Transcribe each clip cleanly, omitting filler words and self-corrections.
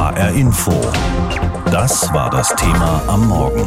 HR Info. Das war das Thema am Morgen.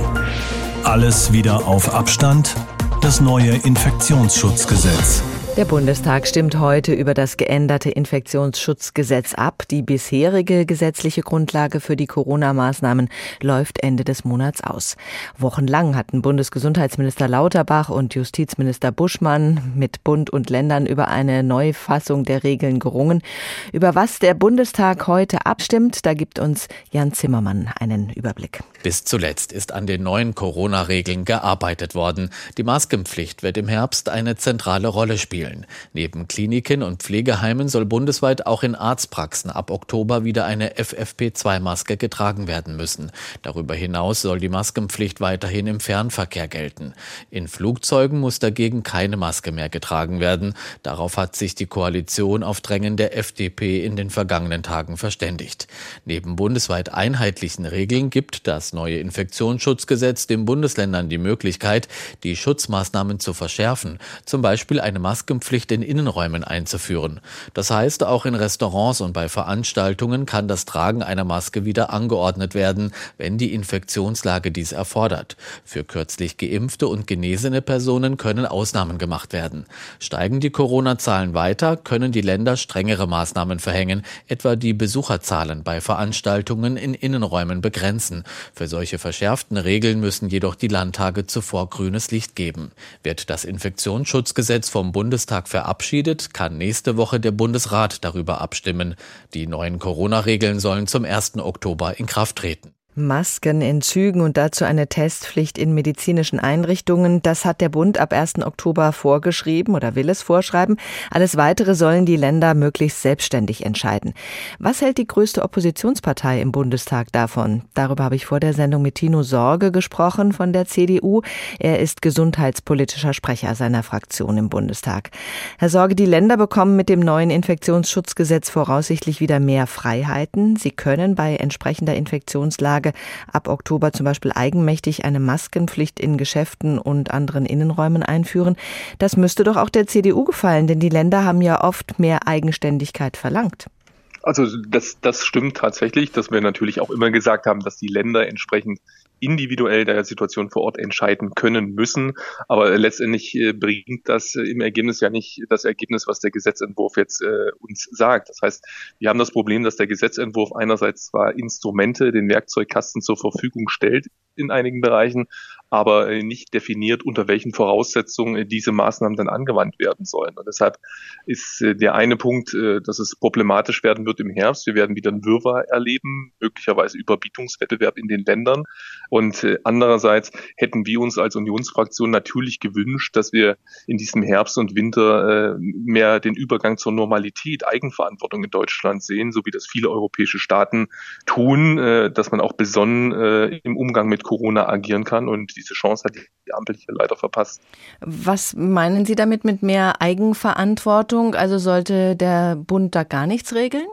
Alles wieder auf Abstand? Das neue Infektionsschutzgesetz. Der Bundestag stimmt heute über das geänderte Infektionsschutzgesetz ab. Die bisherige gesetzliche Grundlage für die Corona-Maßnahmen läuft Ende des Monats aus. Wochenlang hatten Bundesgesundheitsminister Lauterbach und Justizminister Buschmann mit Bund und Ländern über eine Neufassung der Regeln gerungen. Über was der Bundestag heute abstimmt, da gibt uns Jan Zimmermann einen Überblick. Bis zuletzt ist an den neuen Corona-Regeln gearbeitet worden. Die Maskenpflicht wird im Herbst eine zentrale Rolle spielen. Neben Kliniken und Pflegeheimen soll bundesweit auch in Arztpraxen ab Oktober wieder eine FFP2-Maske getragen werden müssen. Darüber hinaus soll die Maskenpflicht weiterhin im Fernverkehr gelten. In Flugzeugen muss dagegen keine Maske mehr getragen werden. Darauf hat sich die Koalition auf Drängen der FDP in den vergangenen Tagen verständigt. Neben bundesweit einheitlichen Regeln gibt das neue Infektionsschutzgesetz den Bundesländern die Möglichkeit, die Schutzmaßnahmen zu verschärfen, zum Beispiel eine Maskenpflicht in Innenräumen einzuführen. Das heißt, auch in Restaurants und bei Veranstaltungen kann das Tragen einer Maske wieder angeordnet werden, wenn die Infektionslage dies erfordert. Für kürzlich geimpfte und genesene Personen können Ausnahmen gemacht werden. Steigen die Corona-Zahlen weiter, können die Länder strengere Maßnahmen verhängen, etwa die Besucherzahlen bei Veranstaltungen in Innenräumen begrenzen. Für solche verschärften Regeln müssen jedoch die Landtage zuvor grünes Licht geben. Wird das Infektionsschutzgesetz vom Bundestag verabschiedet, kann nächste Woche der Bundesrat darüber abstimmen. Die neuen Corona-Regeln sollen zum 1. Oktober in Kraft treten. Masken in Zügen und dazu eine Testpflicht in medizinischen Einrichtungen. Das hat der Bund ab 1. Oktober vorgeschrieben oder will es vorschreiben. Alles Weitere sollen die Länder möglichst selbstständig entscheiden. Was hält die größte Oppositionspartei im Bundestag davon? Darüber habe ich vor der Sendung mit Tino Sorge gesprochen von der CDU. Er ist gesundheitspolitischer Sprecher seiner Fraktion im Bundestag. Herr Sorge, die Länder bekommen mit dem neuen Infektionsschutzgesetz voraussichtlich wieder mehr Freiheiten. Sie können bei entsprechender Infektionslage ab Oktober zum Beispiel eigenmächtig eine Maskenpflicht in Geschäften und anderen Innenräumen einführen. Das müsste doch auch der CDU gefallen, denn die Länder haben ja oft mehr Eigenständigkeit verlangt. Also das stimmt tatsächlich, dass wir natürlich auch immer gesagt haben, dass die Länder entsprechend individuell der Situation vor Ort entscheiden können müssen. Aber letztendlich bringt das im Ergebnis ja nicht das Ergebnis, was der Gesetzentwurf jetzt uns sagt. Das heißt, wir haben das Problem, dass der Gesetzentwurf einerseits zwar Instrumente, den Werkzeugkasten zur Verfügung stellt in einigen Bereichen, aber nicht definiert, unter welchen Voraussetzungen diese Maßnahmen dann angewandt werden sollen. Und deshalb ist der eine Punkt, dass es problematisch werden wird im Herbst. Wir werden wieder einen Wirrwarr erleben, möglicherweise Überbietungswettbewerb in den Ländern. Und andererseits hätten wir uns als Unionsfraktion natürlich gewünscht, dass wir in diesem Herbst und Winter mehr den Übergang zur Normalität, Eigenverantwortung in Deutschland sehen, so wie das viele europäische Staaten tun, dass man auch besonnen im Umgang mit Corona agieren kann. Und diese Chance hat die Ampel hier leider verpasst. Was meinen Sie damit mit mehr Eigenverantwortung? Also sollte der Bund da gar nichts regeln?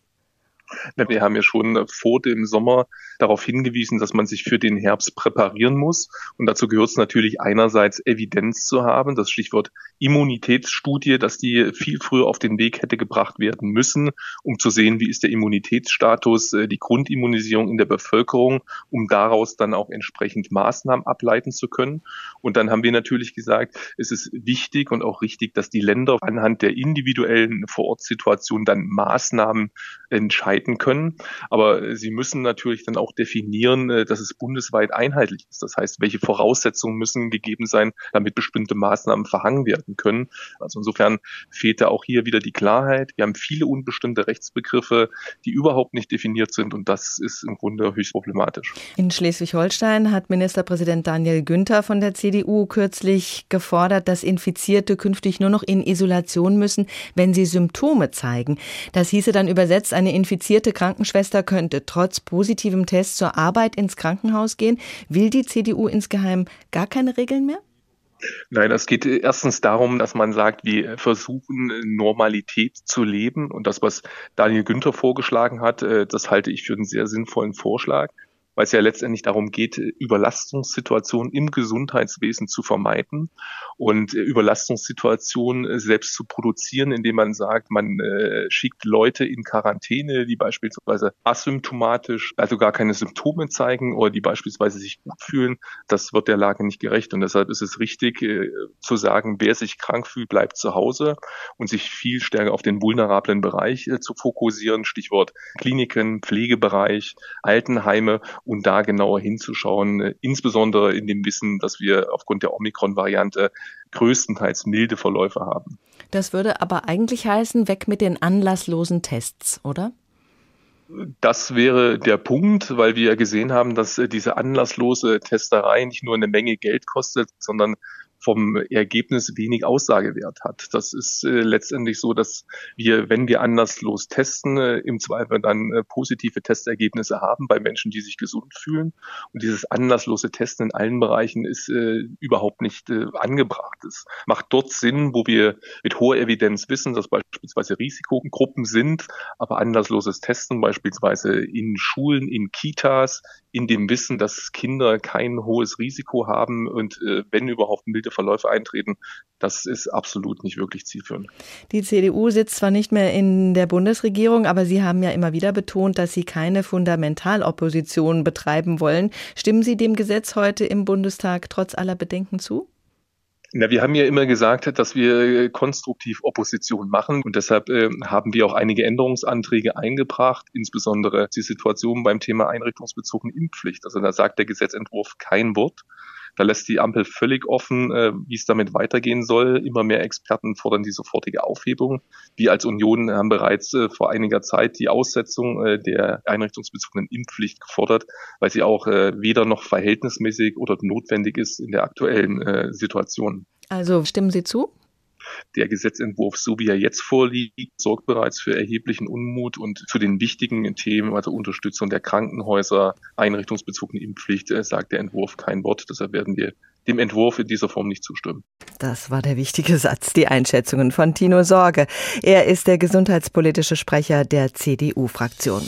Wir haben ja schon vor dem Sommer darauf hingewiesen, dass man sich für den Herbst präparieren muss. Und dazu gehört es natürlich einerseits Evidenz zu haben, das Stichwort Immunitätsstudie, dass die viel früher auf den Weg hätte gebracht werden müssen, um zu sehen, wie ist der Immunitätsstatus, die Grundimmunisierung in der Bevölkerung, um daraus dann auch entsprechend Maßnahmen ableiten zu können. Und dann haben wir natürlich gesagt, es ist wichtig und auch richtig, dass die Länder anhand der individuellen Vorortsituation dann Maßnahmen entscheiden können. Aber sie müssen natürlich dann auch definieren, dass es bundesweit einheitlich ist. Das heißt, welche Voraussetzungen müssen gegeben sein, damit bestimmte Maßnahmen verhangen werden können. Also insofern fehlt da auch hier wieder die Klarheit. Wir haben viele unbestimmte Rechtsbegriffe, die überhaupt nicht definiert sind, und das ist im Grunde höchst problematisch. In Schleswig-Holstein hat Ministerpräsident Daniel Günther von der CDU kürzlich gefordert, dass Infizierte künftig nur noch in Isolation müssen, wenn sie Symptome zeigen. Das hieße dann übersetzt, eine infizierte Krankenschwester könnte trotz positivem Test zur Arbeit ins Krankenhaus gehen. Will die CDU insgeheim gar keine Regeln mehr? Nein, es geht erstens darum, dass man sagt, wir versuchen Normalität zu leben. Und das, was Daniel Günther vorgeschlagen hat, das halte ich für einen sehr sinnvollen Vorschlag. weil es ja letztendlich darum geht, Überlastungssituationen im Gesundheitswesen zu vermeiden und Überlastungssituationen selbst zu produzieren, indem man sagt, man schickt Leute in Quarantäne, die beispielsweise asymptomatisch, also gar keine Symptome zeigen oder die beispielsweise sich gut fühlen. Das wird der Lage nicht gerecht und deshalb ist es richtig zu sagen, wer sich krank fühlt, bleibt zu Hause und sich viel stärker auf den vulnerablen Bereich zu fokussieren, Stichwort Kliniken, Pflegebereich, Altenheime und da genauer hinzuschauen, insbesondere in dem Wissen, dass wir aufgrund der Omikron-Variante größtenteils milde Verläufe haben. Das würde aber eigentlich heißen, weg mit den anlasslosen Tests, oder? Das wäre der Punkt, weil wir gesehen haben, dass diese anlasslose Testerei nicht nur eine Menge Geld kostet, sondern vom Ergebnis wenig Aussagewert hat. Das ist letztendlich so, dass wir, wenn wir anlasslos testen, im Zweifel dann positive Testergebnisse haben bei Menschen, die sich gesund fühlen. Und dieses anlasslose Testen in allen Bereichen ist überhaupt nicht angebracht. Es macht dort Sinn, wo wir mit hoher Evidenz wissen, dass beispielsweise Risikogruppen sind, aber anlassloses Testen beispielsweise in Schulen, in Kitas, in dem Wissen, dass Kinder kein hohes Risiko haben und wenn überhaupt milde Verläufe eintreten, das ist absolut nicht wirklich zielführend. Die CDU sitzt zwar nicht mehr in der Bundesregierung, aber Sie haben ja immer wieder betont, dass Sie keine Fundamentalopposition betreiben wollen. Stimmen Sie dem Gesetz heute im Bundestag trotz aller Bedenken zu? Na, wir haben ja immer gesagt, dass wir konstruktiv Opposition machen und deshalb haben wir auch einige Änderungsanträge eingebracht, insbesondere die Situation beim Thema einrichtungsbezogene Impfpflicht. Also da sagt der Gesetzentwurf kein Wort. Da lässt die Ampel völlig offen, wie es damit weitergehen soll. Immer mehr Experten fordern die sofortige Aufhebung. Wir als Union haben bereits vor einiger Zeit die Aussetzung der einrichtungsbezogenen Impfpflicht gefordert, weil sie auch weder noch verhältnismäßig oder notwendig ist in der aktuellen Situation. Also stimmen Sie zu? Der Gesetzentwurf, so wie er jetzt vorliegt, sorgt bereits für erheblichen Unmut und zu den wichtigen Themen, also Unterstützung der Krankenhäuser, einrichtungsbezogene Impfpflicht, sagt der Entwurf kein Wort. Deshalb werden wir dem Entwurf in dieser Form nicht zustimmen. Das war der wichtige Satz, die Einschätzungen von Tino Sorge. Er ist der gesundheitspolitische Sprecher der CDU-Fraktion.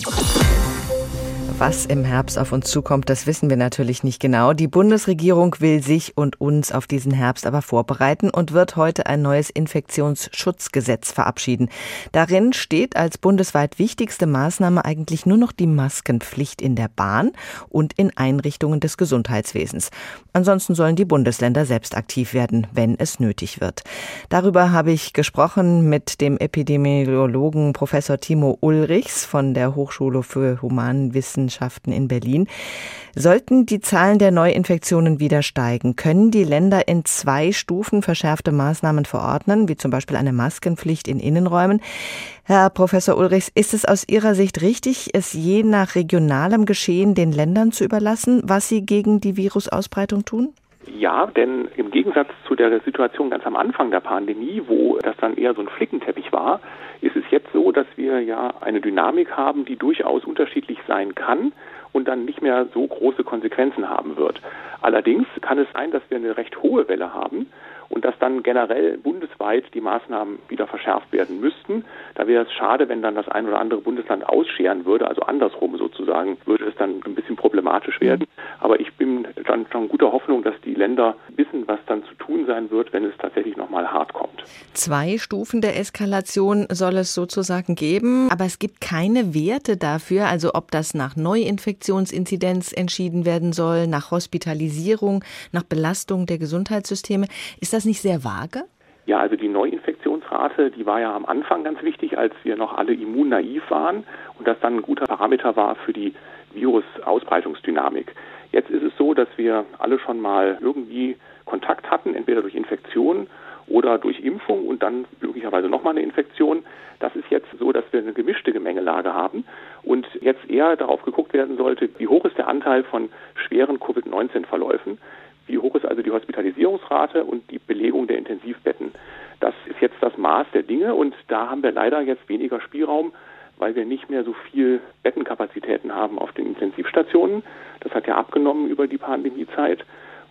Was im Herbst auf uns zukommt, das wissen wir natürlich nicht genau. Die Bundesregierung will sich und uns auf diesen Herbst aber vorbereiten und wird heute ein neues Infektionsschutzgesetz verabschieden. Darin steht als bundesweit wichtigste Maßnahme eigentlich nur noch die Maskenpflicht in der Bahn und in Einrichtungen des Gesundheitswesens. Ansonsten sollen die Bundesländer selbst aktiv werden, wenn es nötig wird. Darüber habe ich gesprochen mit dem Epidemiologen Professor Timo Ulrichs von der Hochschule für Humanwissenschaften in Berlin. Sollten die Zahlen der Neuinfektionen wieder steigen, können die Länder in 2 Stufen verschärfte Maßnahmen verordnen, wie zum Beispiel eine Maskenpflicht in Innenräumen. Herr Professor Ulrichs, ist es aus Ihrer Sicht richtig, es je nach regionalem Geschehen den Ländern zu überlassen, was sie gegen die Virusausbreitung tun? Ja, denn im Gegensatz zu der Situation ganz am Anfang der Pandemie, wo das dann eher so ein Flickenteppich war, ist es jetzt so, dass wir ja eine Dynamik haben, die durchaus unterschiedlich sein kann und dann nicht mehr so große Konsequenzen haben wird. Allerdings kann es sein, dass wir eine recht hohe Welle haben und dass dann generell bundesweit die Maßnahmen wieder verschärft werden müssten. Da wäre es schade, wenn dann das ein oder andere Bundesland ausscheren würde, also andersrum sozusagen, würde es dann ein bisschen problematisch werden. Aber ich bin dann schon guter Hoffnung, dass die Länder wissen, was dann zu tun sein wird, wenn es tatsächlich nochmal hart kommt. 2 Stufen der Eskalation soll es sozusagen geben, aber es gibt keine Werte dafür, also ob das nach Neuinfektionsinzidenz entschieden werden soll, nach Hospitalisierung, nach Belastung der Gesundheitssysteme. Ist das nicht sehr vage? Ja, also die Neuinfektionsrate, die war ja am Anfang ganz wichtig, als wir noch alle immunnaiv waren und das dann ein guter Parameter war für die Virusausbreitungsdynamik. Jetzt ist es so, dass wir alle schon mal irgendwie Kontakt hatten, entweder durch Infektion oder durch Impfung und dann möglicherweise nochmal eine Infektion. Das ist jetzt so, dass wir eine gemischte Gemengelage haben und jetzt eher darauf geguckt werden sollte, wie hoch ist der Anteil von schweren Covid-19-Verläufen. Wie hoch ist also die Hospitalisierungsrate und die Belegung der Intensivbetten? Das ist jetzt das Maß der Dinge und da haben wir leider jetzt weniger Spielraum, weil wir nicht mehr so viel Bettenkapazitäten haben auf den Intensivstationen. Das hat ja abgenommen über die Pandemiezeit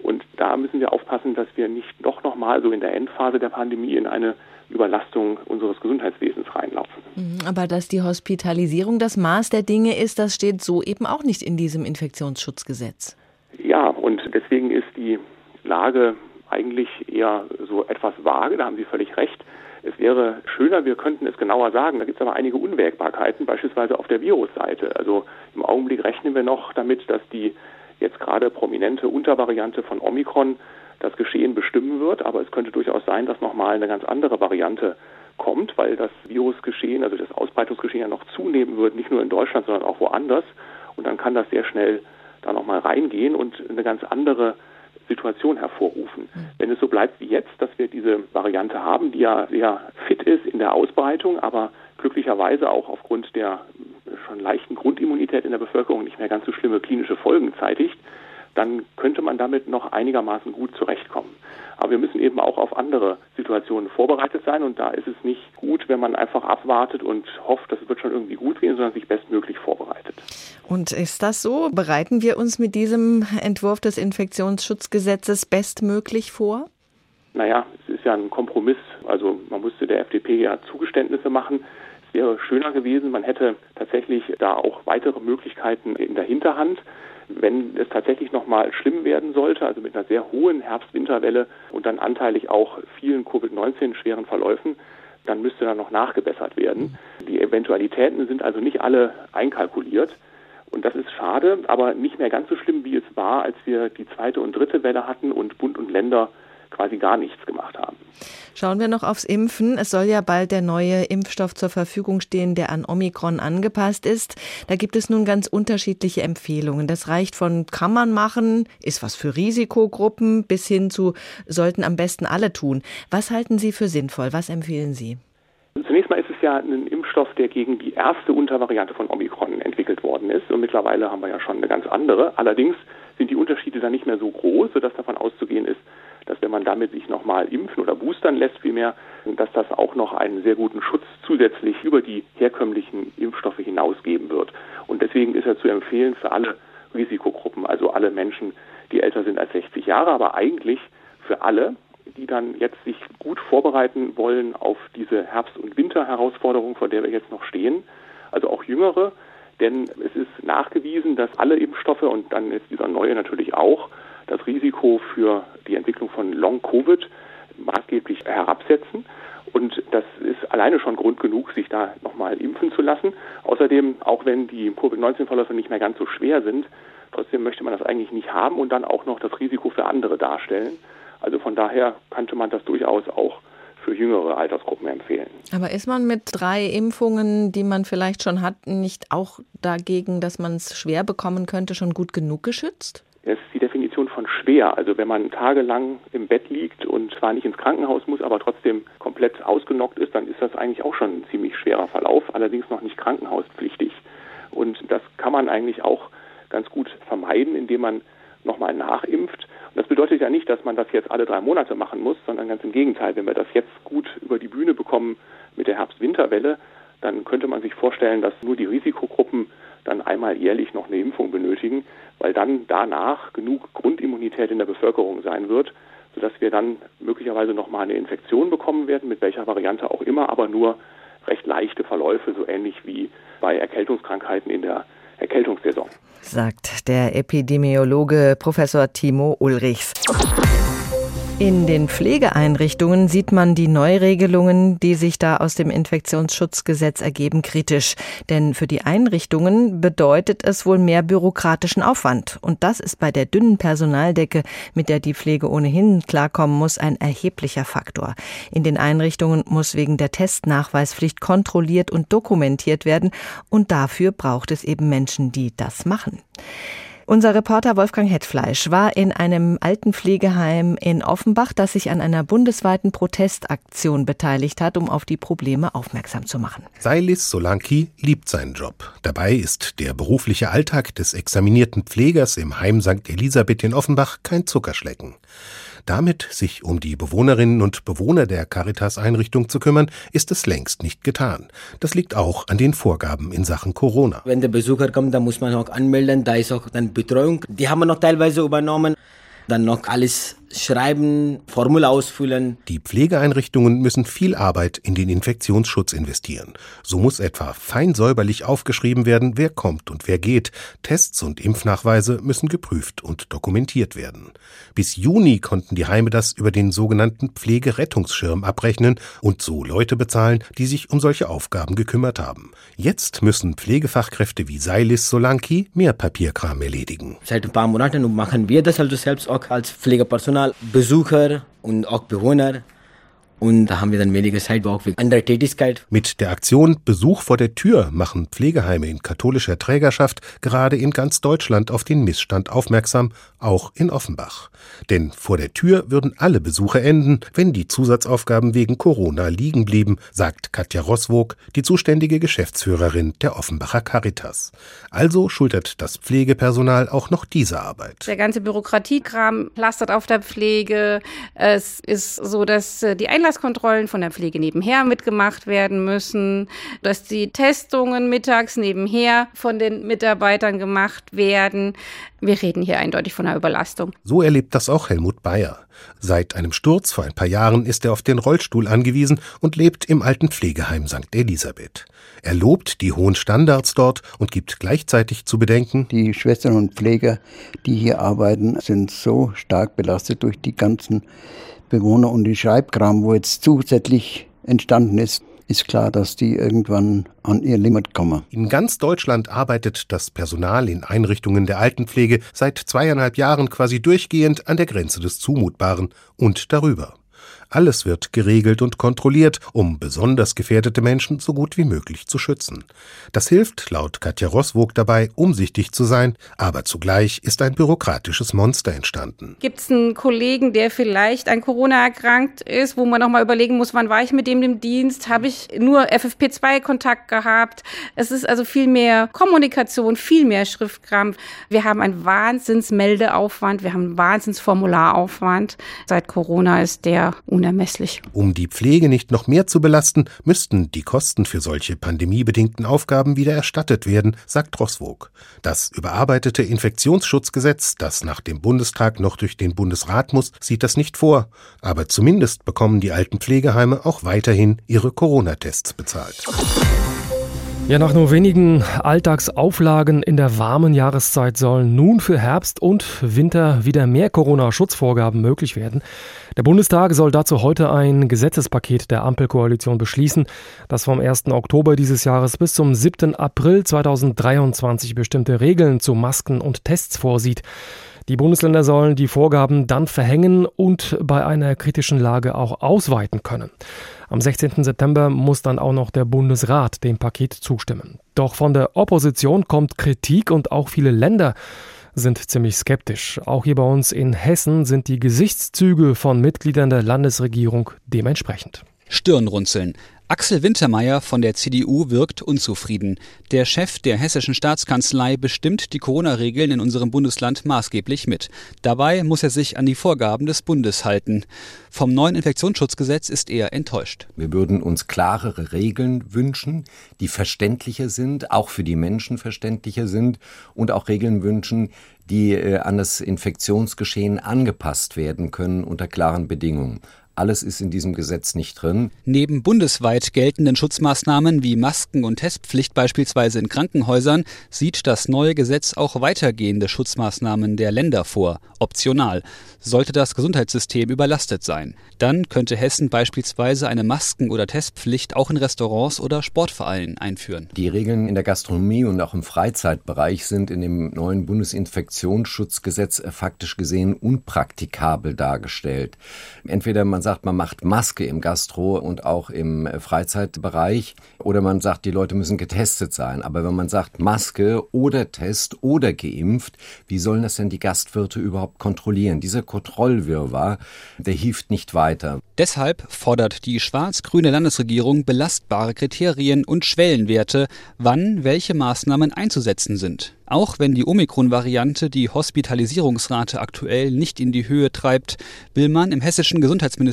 Und da müssen wir aufpassen, dass wir nicht doch nochmal so in der Endphase der Pandemie in eine Überlastung unseres Gesundheitswesens reinlaufen. Aber dass die Hospitalisierung das Maß der Dinge ist, das steht so eben auch nicht in diesem Infektionsschutzgesetz. Ja, und deswegen ist die Lage eigentlich eher so etwas vage, da haben Sie völlig recht. Es wäre schöner, wir könnten es genauer sagen. Da gibt es aber einige Unwägbarkeiten, beispielsweise auf der Virusseite. Also im Augenblick rechnen wir noch damit, dass die jetzt gerade prominente Untervariante von Omikron das Geschehen bestimmen wird. Aber es könnte durchaus sein, dass nochmal eine ganz andere Variante kommt, weil das Virusgeschehen, also das Ausbreitungsgeschehen ja noch zunehmen wird, nicht nur in Deutschland, sondern auch woanders. Und dann kann das sehr schnell da nochmal reingehen und eine ganz andere Situation hervorrufen. Wenn es so bleibt wie jetzt, dass wir diese Variante haben, die ja sehr fit ist in der Ausbreitung, aber glücklicherweise auch aufgrund der schon leichten Grundimmunität in der Bevölkerung nicht mehr ganz so schlimme klinische Folgen zeitigt, dann könnte man damit noch einigermaßen gut zurechtkommen. Aber wir müssen eben auch auf andere Situationen vorbereitet sein und da ist es nicht gut, wenn man einfach abwartet und hofft, das wird schon irgendwie gut gehen, sondern sich bestmöglich vorbereitet. Und ist das so? Bereiten wir uns mit diesem Entwurf des Infektionsschutzgesetzes bestmöglich vor? Naja, es ist ja ein Kompromiss. Also man musste der FDP ja Zugeständnisse machen. Es wäre schöner gewesen, man hätte tatsächlich da auch weitere Möglichkeiten in der Hinterhand. Wenn es tatsächlich nochmal schlimm werden sollte, also mit einer sehr hohen Herbst-Winterwelle und dann anteilig auch vielen Covid-19 schweren Verläufen, dann müsste da noch nachgebessert werden. Die Eventualitäten sind also nicht alle einkalkuliert. Und das ist schade, aber nicht mehr ganz so schlimm, wie es war, als wir die zweite und dritte Welle hatten und Bund und Länder quasi gar nichts gemacht haben. Schauen wir noch aufs Impfen. Es soll ja bald der neue Impfstoff zur Verfügung stehen, der an Omikron angepasst ist. Da gibt es nun ganz unterschiedliche Empfehlungen. Das reicht von kann man machen, ist was für Risikogruppen, bis hin zu sollten am besten alle tun. Was halten Sie für sinnvoll? Was empfehlen Sie? Zunächst mal ist es ja ein Impfstoff, der gegen die erste Untervariante von Omikron entwickelt worden ist. Und mittlerweile haben wir ja schon eine ganz andere. Allerdings sind die Unterschiede dann nicht mehr so groß, sodass davon auszugehen ist, dass wenn man damit sich nochmal impfen oder boostern lässt vielmehr, dass das auch noch einen sehr guten Schutz zusätzlich über die herkömmlichen Impfstoffe hinaus geben wird. Und deswegen ist er zu empfehlen für alle Risikogruppen, also alle Menschen, die älter sind als 60 Jahre, aber eigentlich für alle, die dann jetzt sich gut vorbereiten wollen auf diese Herbst- und Winterherausforderung, vor der wir jetzt noch stehen, also auch Jüngere, denn es ist nachgewiesen, dass alle Impfstoffe und dann ist dieser neue natürlich auch das Risiko für die Entwicklung von Long-Covid maßgeblich herabsetzen. Und das ist alleine schon Grund genug, sich da nochmal impfen zu lassen. Außerdem, auch wenn die Covid-19-Verläufe nicht mehr ganz so schwer sind, trotzdem möchte man das eigentlich nicht haben und dann auch noch das Risiko für andere darstellen. Also von daher könnte man das durchaus auch für jüngere Altersgruppen empfehlen. Aber ist man mit 3 Impfungen, die man vielleicht schon hat, nicht auch dagegen, dass man es schwer bekommen könnte, schon gut genug geschützt? Das ist die Definition von schwer. Also wenn man tagelang im Bett liegt und zwar nicht ins Krankenhaus muss, aber trotzdem komplett ausgenockt ist, dann ist das eigentlich auch schon ein ziemlich schwerer Verlauf, allerdings noch nicht krankenhauspflichtig. Und das kann man eigentlich auch ganz gut vermeiden, indem man nochmal nachimpft. Und das bedeutet ja nicht, dass man das jetzt alle 3 Monate machen muss, sondern ganz im Gegenteil. Wenn wir das jetzt gut über die Bühne bekommen mit der Herbst-Winterwelle, dann könnte man sich vorstellen, dass nur die Risikogruppen dann einmal jährlich noch eine Impfung benötigen, weil dann danach genug Grundimmunität in der Bevölkerung sein wird, sodass wir dann möglicherweise nochmal eine Infektion bekommen werden, mit welcher Variante auch immer, aber nur recht leichte Verläufe, so ähnlich wie bei Erkältungskrankheiten in der Erkältungssaison. Sagt der Epidemiologe Professor Timo Ulrichs. In den Pflegeeinrichtungen sieht man die Neuregelungen, die sich da aus dem Infektionsschutzgesetz ergeben, kritisch. Denn für die Einrichtungen bedeutet es wohl mehr bürokratischen Aufwand. Und das ist bei der dünnen Personaldecke, mit der die Pflege ohnehin klarkommen muss, ein erheblicher Faktor. In den Einrichtungen muss wegen der Testnachweispflicht kontrolliert und dokumentiert werden. Und dafür braucht es eben Menschen, die das machen. Unser Reporter Wolfgang Hetfleisch war in einem Altenpflegeheim in Offenbach, das sich an einer bundesweiten Protestaktion beteiligt hat, um auf die Probleme aufmerksam zu machen. Sailis Solanki liebt seinen Job. Dabei ist der berufliche Alltag des examinierten Pflegers im Heim St. Elisabeth in Offenbach kein Zuckerschlecken. Damit, sich um die Bewohnerinnen und Bewohner der Caritas-Einrichtung zu kümmern, ist es längst nicht getan. Das liegt auch an den Vorgaben in Sachen Corona. Wenn der Besucher kommt, dann muss man auch anmelden, da ist auch dann Betreuung. Die haben wir noch teilweise übernommen. dann noch alles schreiben, Formular ausfüllen. Die Pflegeeinrichtungen müssen viel Arbeit in den Infektionsschutz investieren. So muss etwa fein säuberlich aufgeschrieben werden, wer kommt und wer geht. Tests und Impfnachweise müssen geprüft und dokumentiert werden. Bis Juni konnten die Heime das über den sogenannten Pflegerettungsschirm abrechnen und so Leute bezahlen, die sich um solche Aufgaben gekümmert haben. Jetzt müssen Pflegefachkräfte wie Seilis Solanki mehr Papierkram erledigen. Seit ein paar Monaten machen wir das also selbst auch als Pflegepersonal, Besucher und auch Bewohner. Und da haben wir dann weniger Zeit auch für andere Tätigkeit. Mit der Aktion Besuch vor der Tür machen Pflegeheime in katholischer Trägerschaft gerade in ganz Deutschland auf den Missstand aufmerksam, auch in Offenbach. Denn vor der Tür würden alle Besuche enden, wenn die Zusatzaufgaben wegen Corona liegen blieben, sagt Katja Roßwog, die zuständige Geschäftsführerin der Offenbacher Caritas. Also schultert das Pflegepersonal auch noch diese Arbeit. Der ganze Bürokratiekram lastet auf der Pflege. Es ist so, dass die Einlasskontrollen von der Pflege nebenher mitgemacht werden müssen, dass die Testungen mittags nebenher von den Mitarbeitern gemacht werden. Wir reden hier eindeutig von einer Überlastung. So erlebt das auch Helmut Bayer. Seit einem Sturz vor ein paar Jahren ist er auf den Rollstuhl angewiesen und lebt im alten Pflegeheim St. Elisabeth. Er lobt die hohen Standards dort und gibt gleichzeitig zu bedenken: Die Schwestern und Pfleger, die hier arbeiten, sind so stark belastet durch die ganzen Bewohner und die Schreibkram, wo jetzt zusätzlich entstanden ist. Ist klar, dass die irgendwann an ihr Limit kommen. In ganz Deutschland arbeitet das Personal in Einrichtungen der Altenpflege seit 2,5 Jahren quasi durchgehend an der Grenze des Zumutbaren und darüber. Alles wird geregelt und kontrolliert, um besonders gefährdete Menschen so gut wie möglich zu schützen. Das hilft laut Katja Roßwog dabei, umsichtig zu sein, aber zugleich ist ein bürokratisches Monster entstanden. Gibt es einen Kollegen, der vielleicht an Corona erkrankt ist, wo man nochmal überlegen muss, wann war ich mit dem im Dienst? Habe ich nur FFP2-Kontakt gehabt? Es ist also viel mehr Kommunikation, viel mehr Schriftkram. Wir haben einen Wahnsinnsmeldeaufwand, wir haben einen Wahnsinnsformularaufwand. Seit Corona ist der unermesslich. Um die Pflege nicht noch mehr zu belasten, müssten die Kosten für solche pandemiebedingten Aufgaben wieder erstattet werden, sagt Roßwog. Das überarbeitete Infektionsschutzgesetz, das nach dem Bundestag noch durch den Bundesrat muss, sieht das nicht vor. Aber zumindest bekommen die alten Pflegeheime auch weiterhin ihre Corona-Tests bezahlt. Ja, nach nur wenigen Alltagsauflagen in der warmen Jahreszeit sollen nun für Herbst und Winter wieder mehr Corona-Schutzvorgaben möglich werden. Der Bundestag soll dazu heute ein Gesetzespaket der Ampelkoalition beschließen, das vom 1. Oktober dieses Jahres bis zum 7. April 2023 bestimmte Regeln zu Masken und Tests vorsieht. Die Bundesländer sollen die Vorgaben dann verhängen und bei einer kritischen Lage auch ausweiten können. Am 16. September muss dann auch noch der Bundesrat dem Paket zustimmen. Doch von der Opposition kommt Kritik und auch viele Länder sind ziemlich skeptisch. Auch hier bei uns in Hessen sind die Gesichtszüge von Mitgliedern der Landesregierung dementsprechend. Stirnrunzeln. Axel Wintermeyer von der CDU wirkt unzufrieden. Der Chef der hessischen Staatskanzlei bestimmt die Corona-Regeln in unserem Bundesland maßgeblich mit. Dabei muss er sich an die Vorgaben des Bundes halten. Vom neuen Infektionsschutzgesetz ist er enttäuscht. Wir würden uns klarere Regeln wünschen, die verständlicher sind, auch für die Menschen verständlicher sind und auch Regeln wünschen, die an das Infektionsgeschehen angepasst werden können unter klaren Bedingungen. Alles ist in diesem Gesetz nicht drin. Neben bundesweit geltenden Schutzmaßnahmen wie Masken- und Testpflicht beispielsweise in Krankenhäusern sieht das neue Gesetz auch weitergehende Schutzmaßnahmen der Länder vor, optional. Sollte das Gesundheitssystem überlastet sein. Dann könnte Hessen beispielsweise eine Masken- oder Testpflicht auch in Restaurants oder Sportvereinen einführen. Die Regeln in der Gastronomie und auch im Freizeitbereich sind in dem neuen Bundesinfektionsschutzgesetz faktisch gesehen unpraktikabel dargestellt. Entweder man sagt, man macht Maske im Gastro und auch im Freizeitbereich oder man sagt, die Leute müssen getestet sein. Aber wenn man sagt Maske oder Test oder geimpft, wie sollen das denn die Gastwirte überhaupt kontrollieren? Dieser Kontrollwirrwarr, der hilft nicht weiter. Deshalb fordert die schwarz-grüne Landesregierung belastbare Kriterien und Schwellenwerte, wann welche Maßnahmen einzusetzen sind. Auch wenn die Omikron-Variante die Hospitalisierungsrate aktuell nicht in die Höhe treibt, will man im hessischen Gesundheitsministerium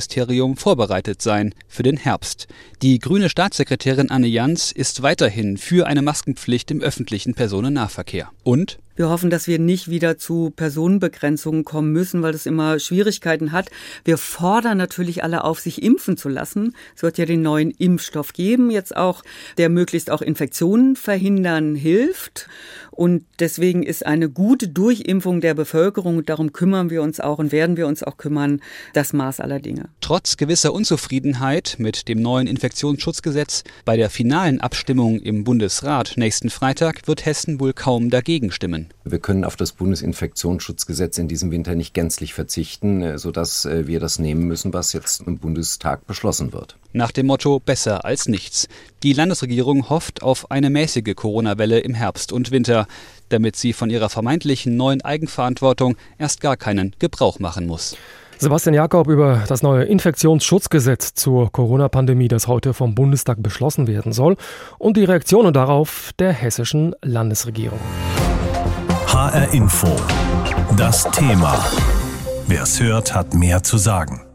Bundesministerium vorbereitet sein für den Herbst. Die grüne Staatssekretärin Anne Jans ist weiterhin für eine Maskenpflicht im öffentlichen Personennahverkehr. Und wir hoffen, dass wir nicht wieder zu Personenbegrenzungen kommen müssen, weil das immer Schwierigkeiten hat. Wir fordern natürlich alle auf, sich impfen zu lassen. Es wird ja den neuen Impfstoff geben, jetzt auch, der möglichst auch Infektionen verhindern hilft. Und deswegen ist eine gute Durchimpfung der Bevölkerung, und darum kümmern wir uns auch und werden wir uns auch kümmern, das Maß aller Dinge. Trotz gewisser Unzufriedenheit mit dem neuen Infektionsschutzgesetz bei der finalen Abstimmung im Bundesrat nächsten Freitag wird Hessen wohl kaum dagegen stimmen. Wir können auf das Bundesinfektionsschutzgesetz in diesem Winter nicht gänzlich verzichten, sodass wir das nehmen müssen, was jetzt im Bundestag beschlossen wird. Nach dem Motto besser als nichts. Die Landesregierung hofft auf eine mäßige Corona-Welle im Herbst und Winter, damit sie von ihrer vermeintlichen neuen Eigenverantwortung erst gar keinen Gebrauch machen muss. Sebastian Jakob über das neue Infektionsschutzgesetz zur Corona-Pandemie, das heute vom Bundestag beschlossen werden soll, und die Reaktionen darauf der hessischen Landesregierung. HR Info. Das Thema. Wer es hört, hat mehr zu sagen.